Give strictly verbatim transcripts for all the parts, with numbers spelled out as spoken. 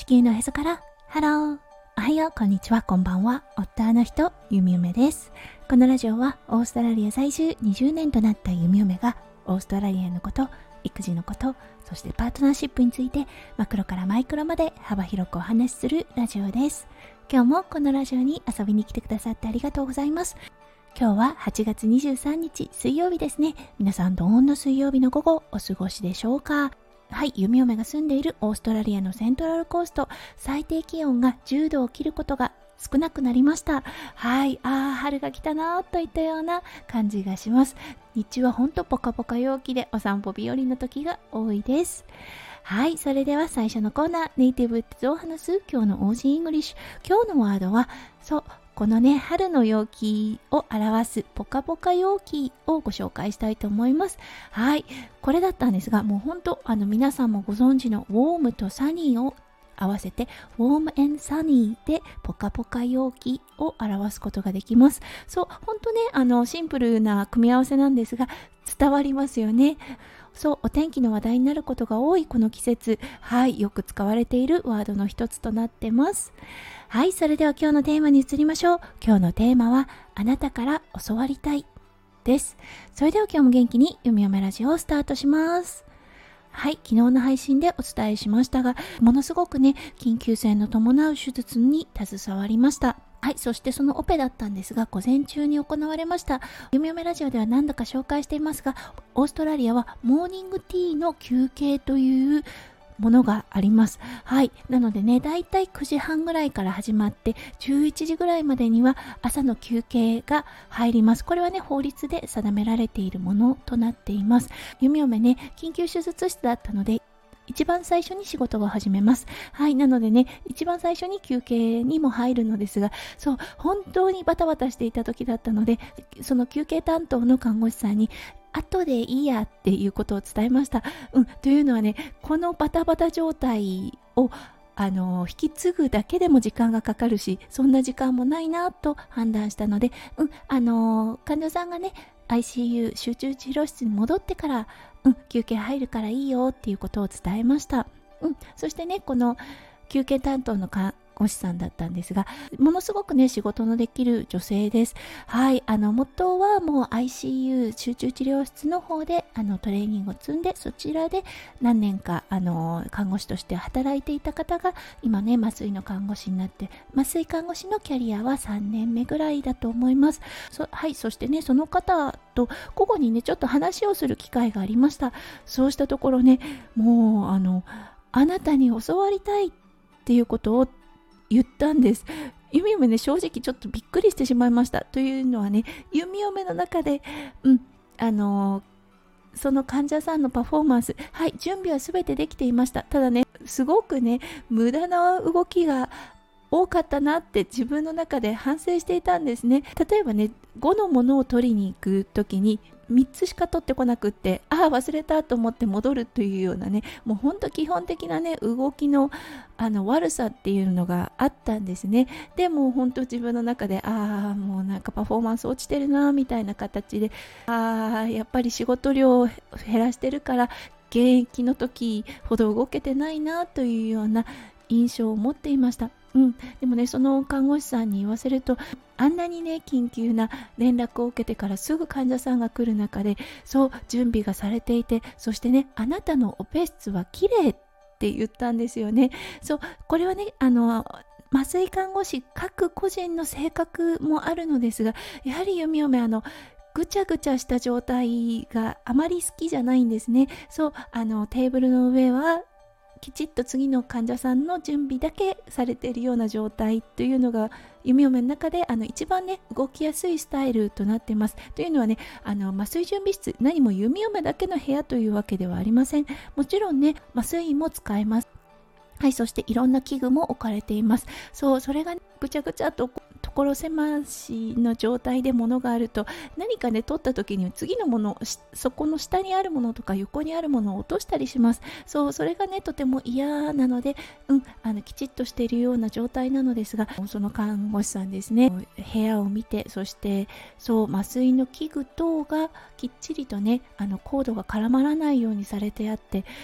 球のへそからハロー、おはよう、こんにちは、こんばんは。夫の人、ゆみおめです。このラジオはオーストラリア在住にじゅうねんとなったゆみおめがオーストラリアのこと、育児のこと、そしてパートナーシップについてマクロからマイクロまで幅広くお話しするラジオです。今日もこのラジオに遊びに来てくださってありがとうございます。今日ははちがつにじゅうさんにち水曜日ですね。皆さんどんな水曜日の午後お過ごしでしょうか？はい、ゆみおめが住んでいるオーストラリアのセントラルコースト、最低気温がじゅうどを切ることが少なくなりました。はい、あー春が来たなといったような感じがします。日中はほんとポカポカ陽気でお散歩日和の時が多いです。はい、それでは最初のコーナー、ネイティブウッズを話す今日の オージー イングリッシュ。今日のワードは、そうこのね春の陽気を表すポカポカ陽気をご紹介したいと思います。はい、これだったんですが、もう本当あの皆さんもご存知のウォームとサニーを合わせてウォーム&サニーでポカポカ陽気を表すことができます。そう本当ねあのシンプルな組み合わせなんですが伝わりますよね。そうお天気の話題になることが多いこの季節、はいよく使われているワードの一つとなってます。はい、それでは今日のテーマに移りましょう。今日のテーマはあなたから教わりたいです。それでは今日も元気にゆみおめラジオをスタートします。はい、昨日の配信でお伝えしましたが、ものすごくね緊急性の伴う手術に携わりました。はい、そしてそのオペだったんですが午前中に行われました。ゆみおめラジオでは何度か紹介していますが、オーストラリアはモーニングティーの休憩というものがあります。はい、なのでねだいたいくじはんぐらいから始まってじゅういちじぐらいまでには朝の休憩が入ります。これはね法律で定められているものとなっています。ゆみおめね緊急手術室だったので一番最初に仕事を始めます。はい、なのでね一番最初に休憩にも入るのですが、そう本当にバタバタしていた時だったので、その休憩担当の看護師さんに後でいいやっていうことを伝えました。うん、というのはねこのバタバタ状態をあの引き継ぐだけでも時間がかかるし、そんな時間もないなと判断したので、うん、あの患者さんがね アイシーユー 集中治療室に戻ってから、うん、休憩入るからいいよっていうことを伝えました。うん、そしてねこの休憩担当の看護師さんだったんですが、ものすごくね仕事のできる女性です。はい、あの元はもう アイシーユー 集中治療室の方であのトレーニングを積んで、そちらで何年かあの看護師として働いていた方が今ね麻酔の看護師になって、麻酔看護師のキャリアはさんねんめぐらいだと思います。そはい、そしてねその方と午後にねちょっと話をする機会がありました。そうしたところねもうあのあなたに教わりたいっていうことを言ったんです。ゆみおめね正直ちょっとびっくりしてしまいました。というのはねゆみおめの中で、うんあのー、その患者さんのパフォーマンス、はい準備は全てできていました。ただねすごくね無駄な動きが多かったなって自分の中で反省していたんですね。例えばねごのものを取りに行くときにみっつしか取ってこなくって、ああ忘れたと思って戻るというようなね、もうほんと基本的なね動きのあの悪さっていうのがあったんですね。でも本当自分の中でああもうなんかパフォーマンス落ちてるなみたいな形で、ああやっぱり仕事量を減らしてるから現役の時ほど動けてないなというような印象を持っていました。うん、でもねその看護師さんに言わせると、あんなにね緊急な連絡を受けてからすぐ患者さんが来る中でそう準備がされていて、そしてねあなたのオペ室は綺麗って言ったんですよね。そうこれはねあの麻酔看護師各個人の性格もあるのですが、やはりゆみおめあのぐちゃぐちゃした状態があまり好きじゃないんですね。そうあのテーブルの上はきちっと次の患者さんの準備だけされているような状態というのがゆみおめの中であの一番ね動きやすいスタイルとなっています。というのはねあの麻酔準備室、何もゆみおめだけの部屋というわけではありません。もちろんね麻酔も使えます。はい、そしていろんな器具も置かれています。そうそれが、ね、ぐちゃぐちゃと所狭しの状態で物があると、何かね取った時に次のもの、そこの下にあるものとか横にあるものを落としたりします。そうそれがねとても嫌なので、うん、あのきちっとしているような状態なのですが、その看護師さんですね部屋を見て、そしてそう麻酔の器具等がきっちりとねあのコードが絡まらないようにされてあって、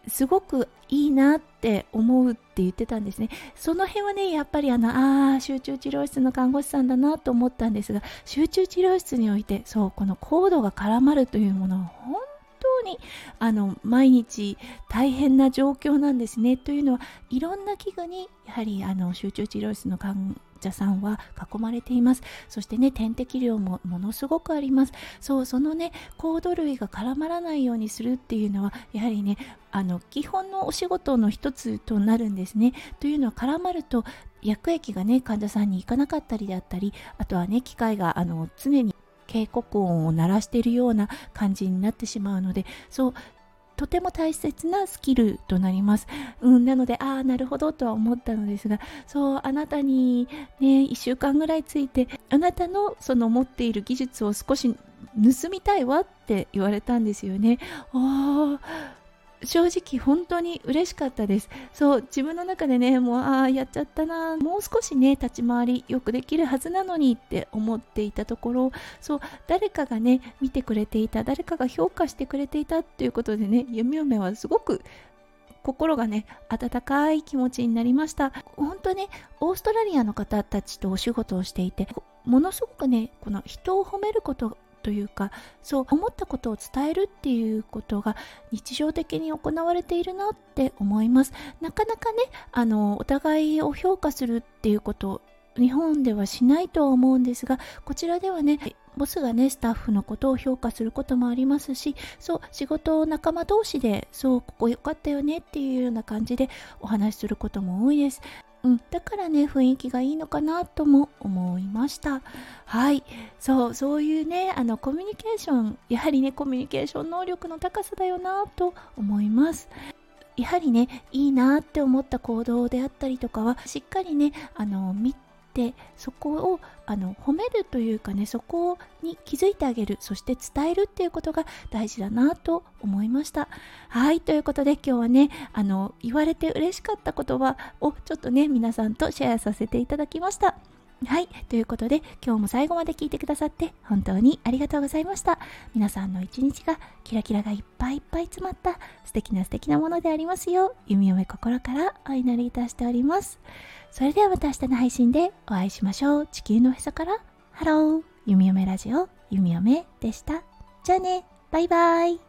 すごくいいなって思うって言ってたんですね。その辺はねやっぱりあのあ集中治療室の看護師さんだなと思ったんですが、集中治療室においてそうこのコードが絡まるというものは本当にあの毎日大変な状況なんですね。というのはいろんな器具にやはりあの集中治療室の患者さんは囲まれています。そしてね点滴量もものすごくあります。そうそのねコード類が絡まらないようにするっていうのはやはりねあの基本のお仕事の一つとなるんですね。というのは絡まると薬液がね患者さんに行かなかったりであったり、あとはね機械があの常に警告音を鳴らしているような感じになってしまうので、そうとても大切なスキルとなります。うん、なのでああなるほどとは思ったのですが、そうあなたにねいっしゅうかんぐらいついてあなたのその持っている技術を少し盗みたいわって言われたんですよね。ああ正直本当に嬉しかったです。そう自分の中でねもうああやっちゃったな、もう少しね立ち回りよくできるはずなのにって思っていたところ、そう誰かがね見てくれていた、誰かが評価してくれていたっていうことでね、弓嫁はすごく心がね温かい気持ちになりました。本当ねオーストラリアの方たちとお仕事をしていて、ものすごくねこの人を褒めることというか、そう思ったことを伝えるっていうことが日常的に行われているなって思います。なかなかねあのお互いを評価するっていうこと日本ではしないとは思うんですが、こちらではねボスがねスタッフのことを評価することもありますし、そう仕事仲間同士でそうここ良かったよねっていうような感じでお話しすることも多いです。うん、だからね雰囲気がいいのかなとも思いました。はい、そうそういうねあのコミュニケーション、やはりねコミュニケーション能力の高さだよなと思います。やはりねいいなって思った行動であったりとかはしっかりねあの見てそこをあの褒めるというかね、そこに気づいてあげる、そして伝えるっていうことが大事だなと思いました。はい、ということで今日はねあの言われて嬉しかった言葉をちょっとね皆さんとシェアさせていただきました。はい、ということで今日も最後まで聞いてくださって本当にありがとうございました。皆さんの一日がキラキラがいっぱいいっぱい詰まった素敵な素敵なものでありますよう、弓嫁心からお祈りいたしております。それではまた明日の配信でお会いしましょう。地球のへそからハロー、弓嫁ラジオ弓嫁でした。じゃあね、バイバイ。